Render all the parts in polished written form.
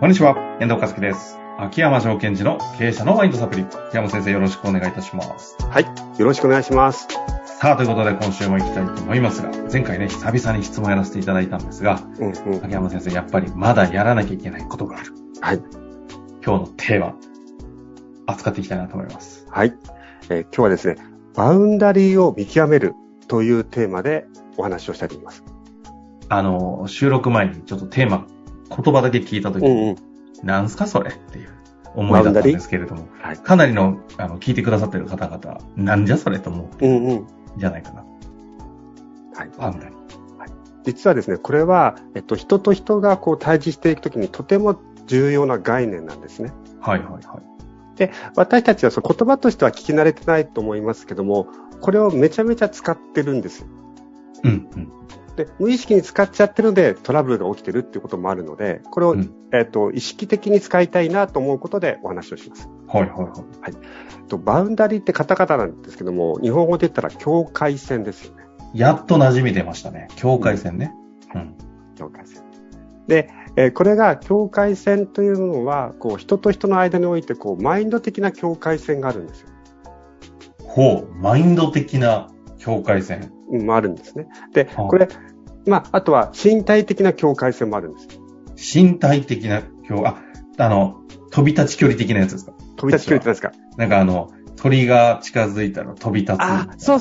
こんにちは、遠藤和樹です。秋山条件時の経営者のマインドサプリ。秋山先生、よろしくお願いいたします。 はい、よろしくお願いします。 さあ、ということで今週も行きたいと思いますが、前回ね、久々に質問やらせていただいたんですが、秋山先生、やっぱりまだやらなきゃいけないことがある。 はい。 今日のテーマ、扱っていきたいなと思います。 はい。今日はですね、バウンダリーを見極めるというテーマでお話をしたいと思います。 収録前にちょっとテーマ、言葉だけ聞いたときに、なんすかそれっていう思いだったんですけれども、はい、かなりの聞いてくださっている方々、なんじゃそれと思ってるんじゃないかな。 はい。 バウンダリー。 はい。実はですね、これは、人と人がこう対峙していくときにとても重要な概念なんですね。 はいはいはい。 で、私たちはその言葉としては聞き慣れてないと思いますけども、これをめちゃめちゃ使ってるんですよ。 うんうん。 で、無意識に使っちゃってるのでトラブルが起きてるっていうこともあるので、これを、意識的に使いたいなと思うことでお話をします。 はいはいはい。はい。 バウンダリーってカタカナなんですけども、日本語で言ったら境界線ですよね。 やっと馴染み出ましたね。境界線ね。 境界線。で、これが境界線というのは、こう人と人の間においてこうマインド的な境界線があるんですよ。 ほう、マインド的な境界線。 あるんですね。で、これ、あとは身体的な境界線もあるんです。 身体的な飛び立ち距離的なやつですか？ 飛び立ち距離って何ですか？ なんか鳥が近づいたら飛び立つ。 そう。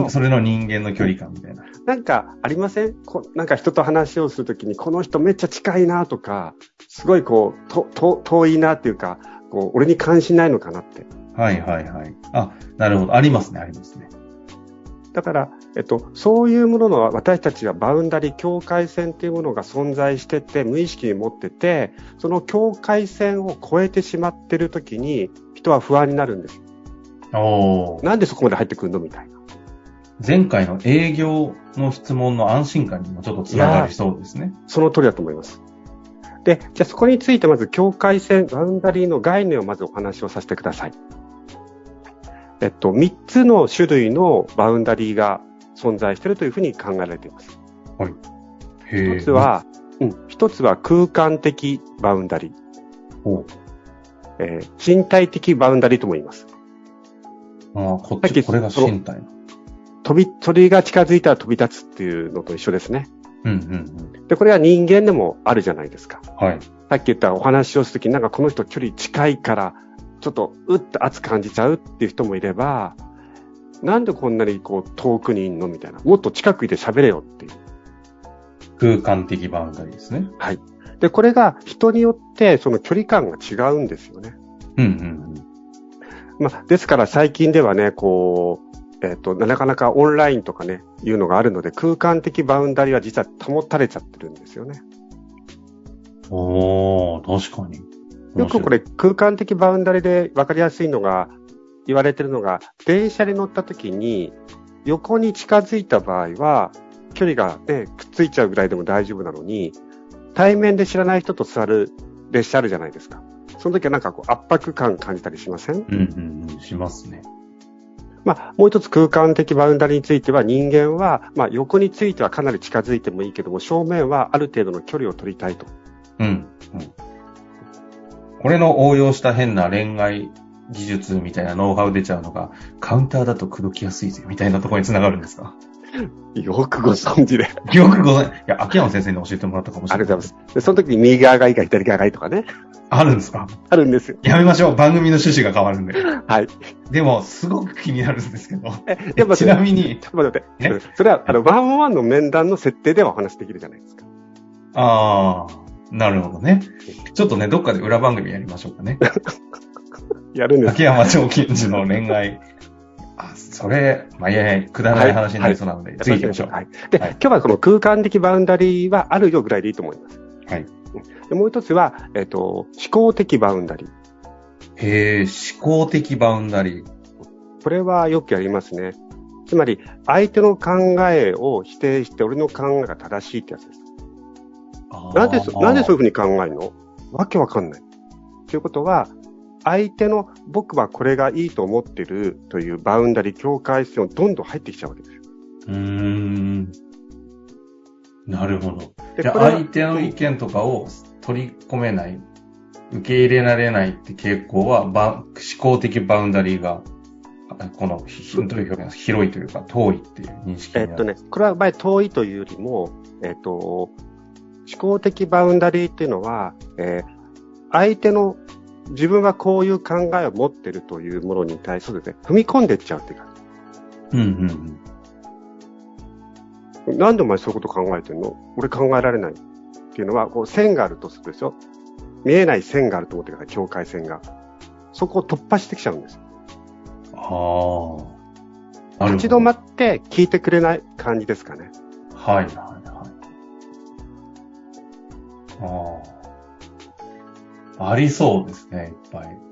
それの人間の距離感みたいな。 なんかありません？なんか人と話をするときに、この人めっちゃ近いなとか、すごいこう、遠いなっていうか、こう、俺に関心ないのかなって。 はいはいはい。なるほど。ありますね。 だから、そういうものの私たちはバウンダリー、境界線というものが存在してて、無意識に持ってて、その境界線を越えてしまっているときに、人は不安になるんです。なんでそこまで入ってくるのみたいな。 前回の営業の質問の安心感にもちょっとつながりそうですね。 その通りだと思います。で、じゃあそこについてまず境界線、バウンダリーの概念をまずお話をさせてください。3つの種類のバウンダリーが存在しているというふうに考えられています。 はい。 一つは空間的バウンダリー。身体的バウンダリーとも言います。 これが身体の。 鳥が近づいたら飛び立つっていうのと一緒ですね。で、これは人間でもあるじゃないですか。 はい。 さっき言ったお話をするときになんかこの人距離近いからちょっと熱感じちゃうっていう人もいれば、なんでこんなにこう遠くにいんのみたいな。もっと近くいて喋れよっていう。 空間的バウンダリーですね。はい。 で、これが人によってその距離感が違うんですよね。ですから最近ではね、こう、なかなかオンラインとかね、いうのがあるので、空間的バウンダリーは実は保たれちゃってるんですよね。 確かに。 よくこれ空間的バウンダリーで分かりやすいのが、言われてるのが、電車に乗った時に横に近づいた場合は、距離がね、くっついちゃうぐらいでも大丈夫なのに、対面で知らない人と座る列車あるじゃないですか。その時はなんかこう圧迫感感じたりしません？ しますね。 もう一つ空間的バウンダリーについては、人間は、横についてはかなり近づいてもいいけども、正面はある程度の距離を取りたいと。 これの応用した変な恋愛技術みたいなノウハウ出ちゃうのが、カウンターだと口説きやすいぜみたいなところにつながるんですか？ よくご存知で。 いや、秋山先生に教えてもらったかもしれない。 ありがとうございます。で、その時に右側がいいか左側がいいとかね。 あるんですか？ あるんですよ。 やめましょう。番組の趣旨が変わるんで。 はい。 でも、すごく気になるんですけど。 ちなみに。ちょっと待って。それは、ワンオンワンの面談の設定ではお話できるじゃないですか。 なるほどね。ちょっとね、どっかで裏番組やりましょうかね。 やるんです。 秋山条件時の恋愛。それ、くだらない話になりそうなので、次行きましょう。 で、今日はこの空間的バウンダリーはあるよぐらいでいいと思います。 はい。 でもう一つは、思考的バウンダリー。思考的バウンダリー。 これはよくやりますね。つまり、相手の考えを否定して、俺の考えが正しいってやつです。なんでそういうふうに考えるの？わけわかんない。ということは、相手の僕はこれがいいと思ってるというバウンダリー、境界線をどんどん入ってきちゃうわけですよ。 なるほど。じゃあ相手の意見とかを取り込めない受け入れられないって傾向は、思考的バウンダリーが、この、どういう表現広いというか、遠いっていう認識になる。 これは遠いというよりも、思考的バウンダリーっていうのは、相手の自分はこういう考えを持ってるというものに対して、踏み込んでいっちゃうっていうか。なんでお前そういうこと考えてんの？俺考えられないっていうのは、こう線があるとするでしょ？見えない線があると思ってください、境界線が。そこを突破してきちゃうんです。立ち止まって聞いてくれない感じですかね。 はい。ありそうですね、いっぱい。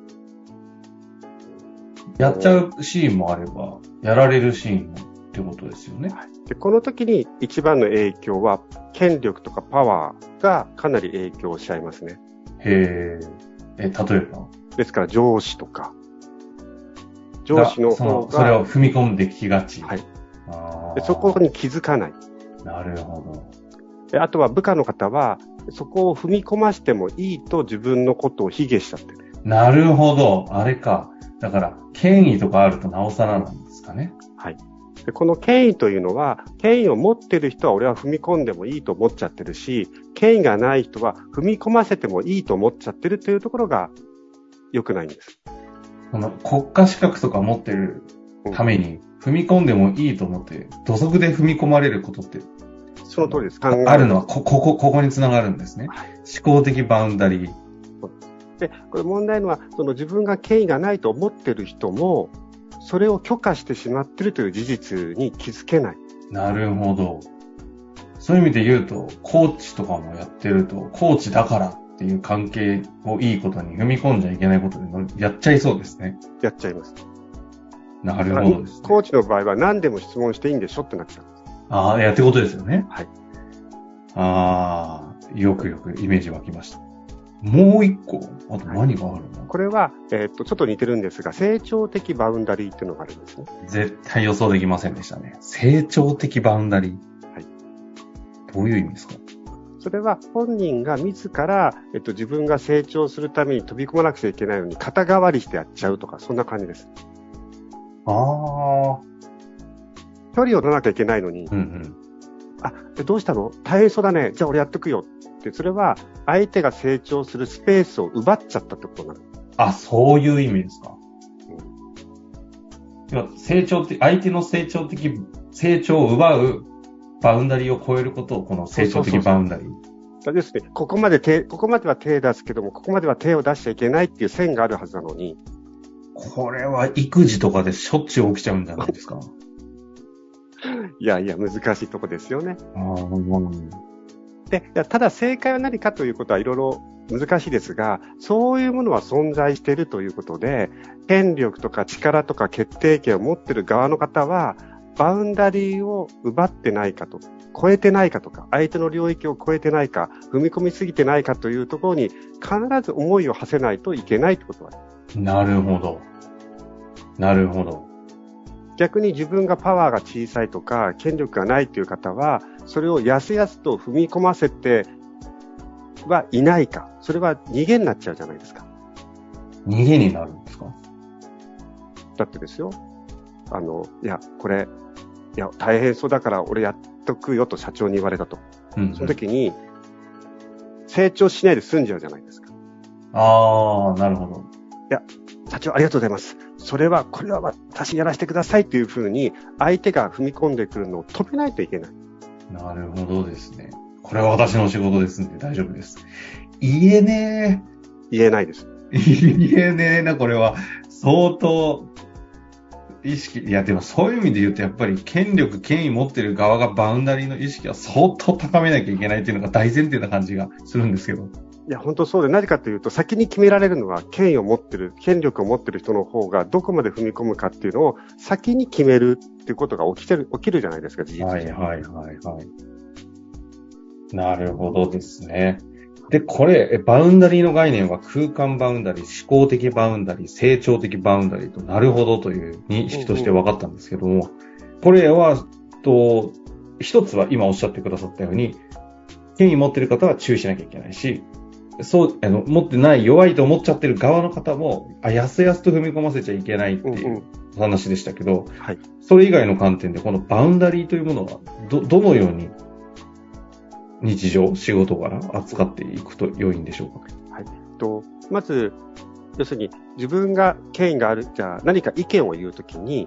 やっちゃうシーンもあれば、やられるシーンもってことですよね。 で、この時に一番の影響は、権力とかパワーがかなり影響しちゃいますね。 例えば？ ですから上司とか。上司の方が。 それを踏み込んできがち。 はい。でそこに気づかない。 なるほど。 で、あとは部下の方は、そこを踏み込ましてもいいと自分のことを卑下しちゃってる。 なるほど。あれか。だから、権威とかあるとなおさらなんですかね。 はい。で、この権威というのは、権威を持ってる人は俺は踏み込んでもいいと思っちゃってるし、権威がない人は踏み込ませてもいいと思っちゃってるというところが良くないんです。 国家資格とか持ってるために、踏み込んでもいいと思って、土足で踏み込まれることって、 その通りです。 あるのは、ここにつながるんですね。はい、思考的バウンダリー。 で、これ問題のは、自分が権威がないと思ってる人も、それを許可してしまっているという事実に気づけない。なるほど。そういう意味で言うと、コーチとかもやってると、コーチだからっていう関係をいいことに踏み込んじゃいけないことでやっちゃいそうですね。 やっちゃいます。 なるほどですね。 コーチの場合は何でも質問していいんでしょってなっちゃう。 ってことですよね。 はい。 よくイメージ湧きました。もう一個、あと何があるの？ これは、ちょっと似てるんですが、成長的バウンダリーっていうのがあるんですね。 絶対予想できませんでしたね。成長的バウンダリー。はい。どういう意味ですか？ それは本人が自ら、自分が成長するために飛び込まなくちゃいけないのに肩代わりしてやっちゃうとか、そんな感じです。距離を取らなきゃいけないのに、どうしたの？大変そうだね。じゃあ俺やっとくよ。って、それは相手が成長するスペースを奪っちゃったってことになる。 そういう意味ですか。成長って、相手の成長を奪うバウンダリーを超えることをこの成長的バウンダリー。 そうですね。ここまでは手出すけども、ここまでは手を出しちゃいけないっていう線があるはずなのに。 これは育児とかでしょっちゅう起きちゃうんじゃないですか。 いや、難しいとこですよね。で、ただ正解は何かということはいろいろ難しいですが、そういうものは存在しているということで、権力とか力とか決定権を持っている側の方は、バウンダリーを奪ってないかと、超えてないかとか、相手の領域を超えてないか、踏み込みすぎてないかというところに必ず思いを馳せないといけないということは。 なるほど。 逆に自分がパワーが小さいとか、権力がないという方は、それをやすやすと踏み込ませてはいないか。それは逃げになっちゃうじゃないですか。 逃げになるんですか？ だってですよ。大変そうだから俺やっとくよと社長に言われたと。その時に、成長しないで済んじゃうじゃないですか。 なるほど。 社長ありがとうございます。これは私やらせてくださいというふうに、相手が踏み込んでくるのを止めないといけない。 なるほどですね。これは私の仕事ですんで大丈夫です。言えないです。 言えねえな、これは。相当、意識、でもそういう意味で言うとやっぱり権威持ってる側がバウンダリーの意識は相当高めなきゃいけないっていうのが大前提な感じがするんですけど。 本当そうで、なぜかというと、先に決められるのは権力を持ってる人の方がどこまで踏み込むかっていうのを先に決めるっていうことが起きるじゃないですか、事実上。 なるほどですね。で、これ、バウンダリーの概念は空間バウンダリー、思考的バウンダリー、成長的バウンダリーと、なるほどという認識として分かったんですけども、これは、一つは今おっしゃってくださったように、権威持っている方は注意しなきゃいけないし、 持ってない弱いと思っちゃってる側の方も、やすやすと踏み込ませちゃいけないっていう話でしたけど、はい、それ以外の観点でこのバウンダリーというものはどのように日常、仕事から扱っていくと良いんでしょうか。 はい。まず、要するに自分が権威がある、じゃあ何か意見を言うときに、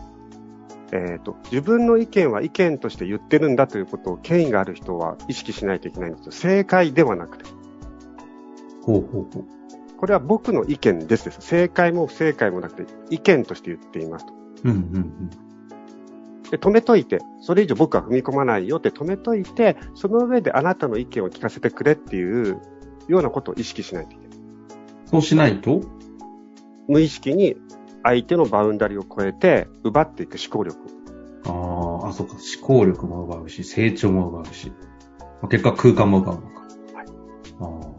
自分の意見は意見として言ってるんだということを権威がある人は意識しないといけないんですよ。正解ではなくて。 ほうほうほう。 これは僕の意見です。正解も不正解もなくて意見として言っていますと。 うんうんうん。 で、止めといて、それ以上僕は踏み込まないよって止めといて、その上であなたの意見を聞かせてくれっていうようなことを意識しないといけない。 そうしないと無意識に相手のバウンダリーを超えて奪っていく思考力。 そうか。思考力も奪うし、成長も奪うし、結果空間も奪うのか。はい。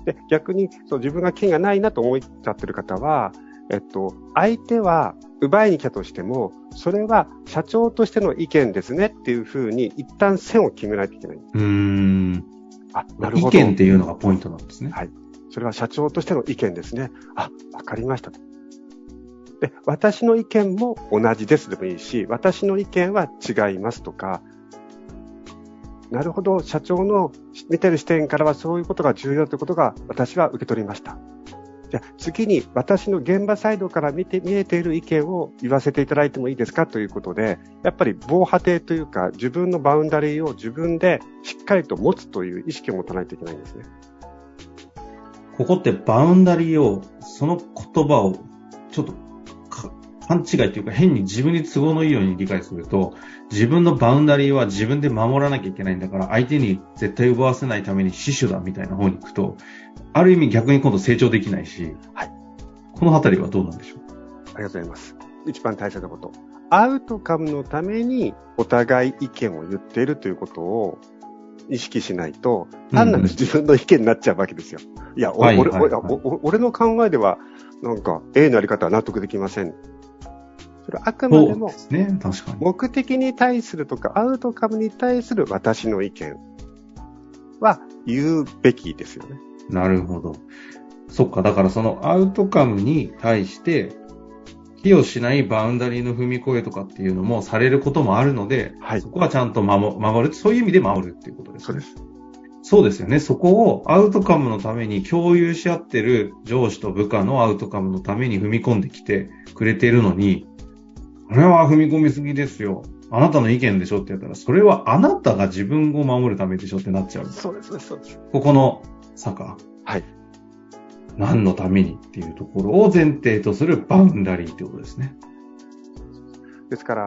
で、逆に自分が権威がないなと思っちゃってる方は、相手は奪いに来たとしても、それは社長としての意見ですねっていうふうに一旦線を決めないといけない。 なるほど。意見っていうのがポイントなんですね。 はい。それは社長としての意見ですね。わかりましたと。で、私の意見も同じですでもいいし、私の意見は違いますとか、なるほど、社長の見てる視点からはそういうことが重要ということが私は受け取りました。じゃあ次に私の現場サイドから見えている意見を言わせていただいてもいいですかということで、やっぱり防波堤というか自分のバウンダリーを自分でしっかりと持つという意識を持たないといけないんですね。 ここってバウンダリーを、その言葉をちょっと勘違いというか変に自分に都合のいいように理解すると、自分のバウンダリーは自分で守らなきゃいけないんだから相手に絶対奪わせないために死守だみたいな方に行くと、ある意味逆に今度成長できないし、はい、このあたりはどうなんでしょう。 ありがとうございます。一番大切なこと。アウトカムのためにお互い意見を言っているということを意識しないと、単なる自分の意見になっちゃうわけですよ。いや、俺の考えでは、なんか A のやり方は納得できません。それはあくまでも、目的に対するとか、アウトカムに対する私の意見は言うべきですよね。 なるほど。そっか、だからそのアウトカムに対して、寄与しないバウンダリーの踏み越えとかっていうのもされることもあるので、はい、そこはちゃんと守る、そういう意味で守るっていうことですね。 そうです。 そうですよね。そこをアウトカムのために共有し合ってる上司と部下のアウトカムのために踏み込んできてくれているのに、これは踏み込みすぎですよ。あなたの意見でしょって言ったら、それはあなたが自分を守るためでしょってなっちゃう。 そうです、そうです。 ここの差か。はい。何のためにっていうところを前提とするバウンダリーってことですね。 ですから、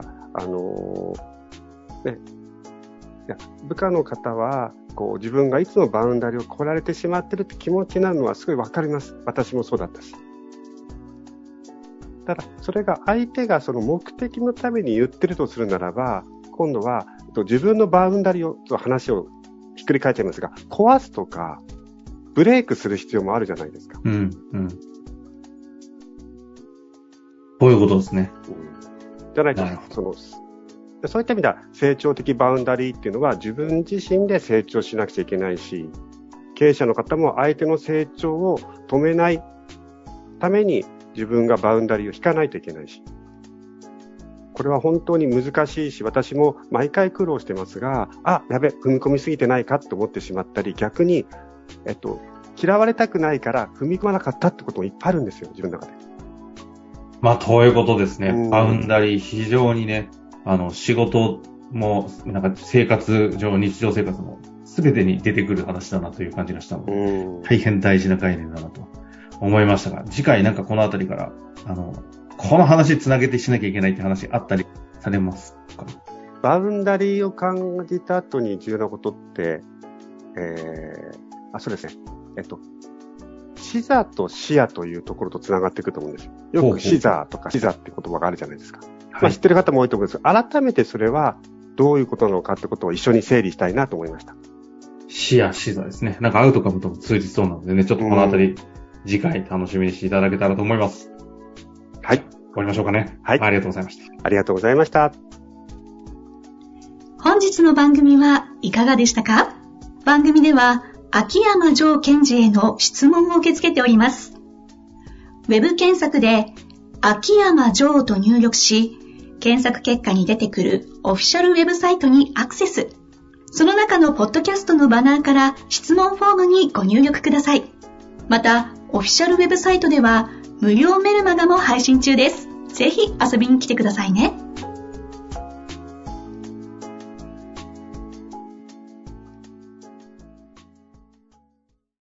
部下の方は、自分がいつもバウンダリーを超えられてしまってるって気持ちになるのはすごいわかります。私もそうだったし。ただ、それが相手がその目的のために言ってるとするならば、今度は自分のバウンダリーを、話をひっくり返っちゃいますが、壊すとか、ブレイクする必要もあるじゃないですか。 こういうことですね。 じゃないと、そういった意味では成長的バウンダリーっていうのは自分自身で成長しなくちゃいけないし、経営者の方も相手の成長を止めないために自分がバウンダリーを引かないといけないし、これは本当に難しいし、私も毎回苦労してますが、やべ、踏み込みすぎてないかと思ってしまったり、逆に嫌われたくないから踏み込まなかったってこともいっぱいあるんですよ、自分の中で。 そういうことですね。バウンダリー、非常にね、仕事も、なんか生活上、日常生活も、すべてに出てくる話だなという感じがしたので、大変大事な概念だなと思いましたが、次回なんかこのあたりから、この話つなげてしなきゃいけないって話あったりされますか？ バウンダリーを感じた後に重要なことって、そうですね。視座と視野というところとつながっていくと思うんですよ。よく視座とか視座って言葉があるじゃないですか。知ってる方も多いと思うんですが、改めてそれはどういうことなのかってことを一緒に整理したいなと思いました。 視野、視座ですね。なんかアウトカムとも通じそうなのでね、ちょっとこのあたり、次回楽しみにしていただけたらと思います。 はい。 終わりましょうかね。 はい。 ありがとうございました。 ありがとうございました。 本日の番組はいかがでしたか？番組では秋山城賢治への質問を受け付けております。ウェブ検索で秋山城と入力し、検索結果に出てくるオフィシャルウェブサイトにアクセス。その中のポッドキャストのバナーから質問フォームにご入力ください。また、オフィシャルウェブサイトでは無料メルマガも配信中です。ぜひ遊びに来てくださいね。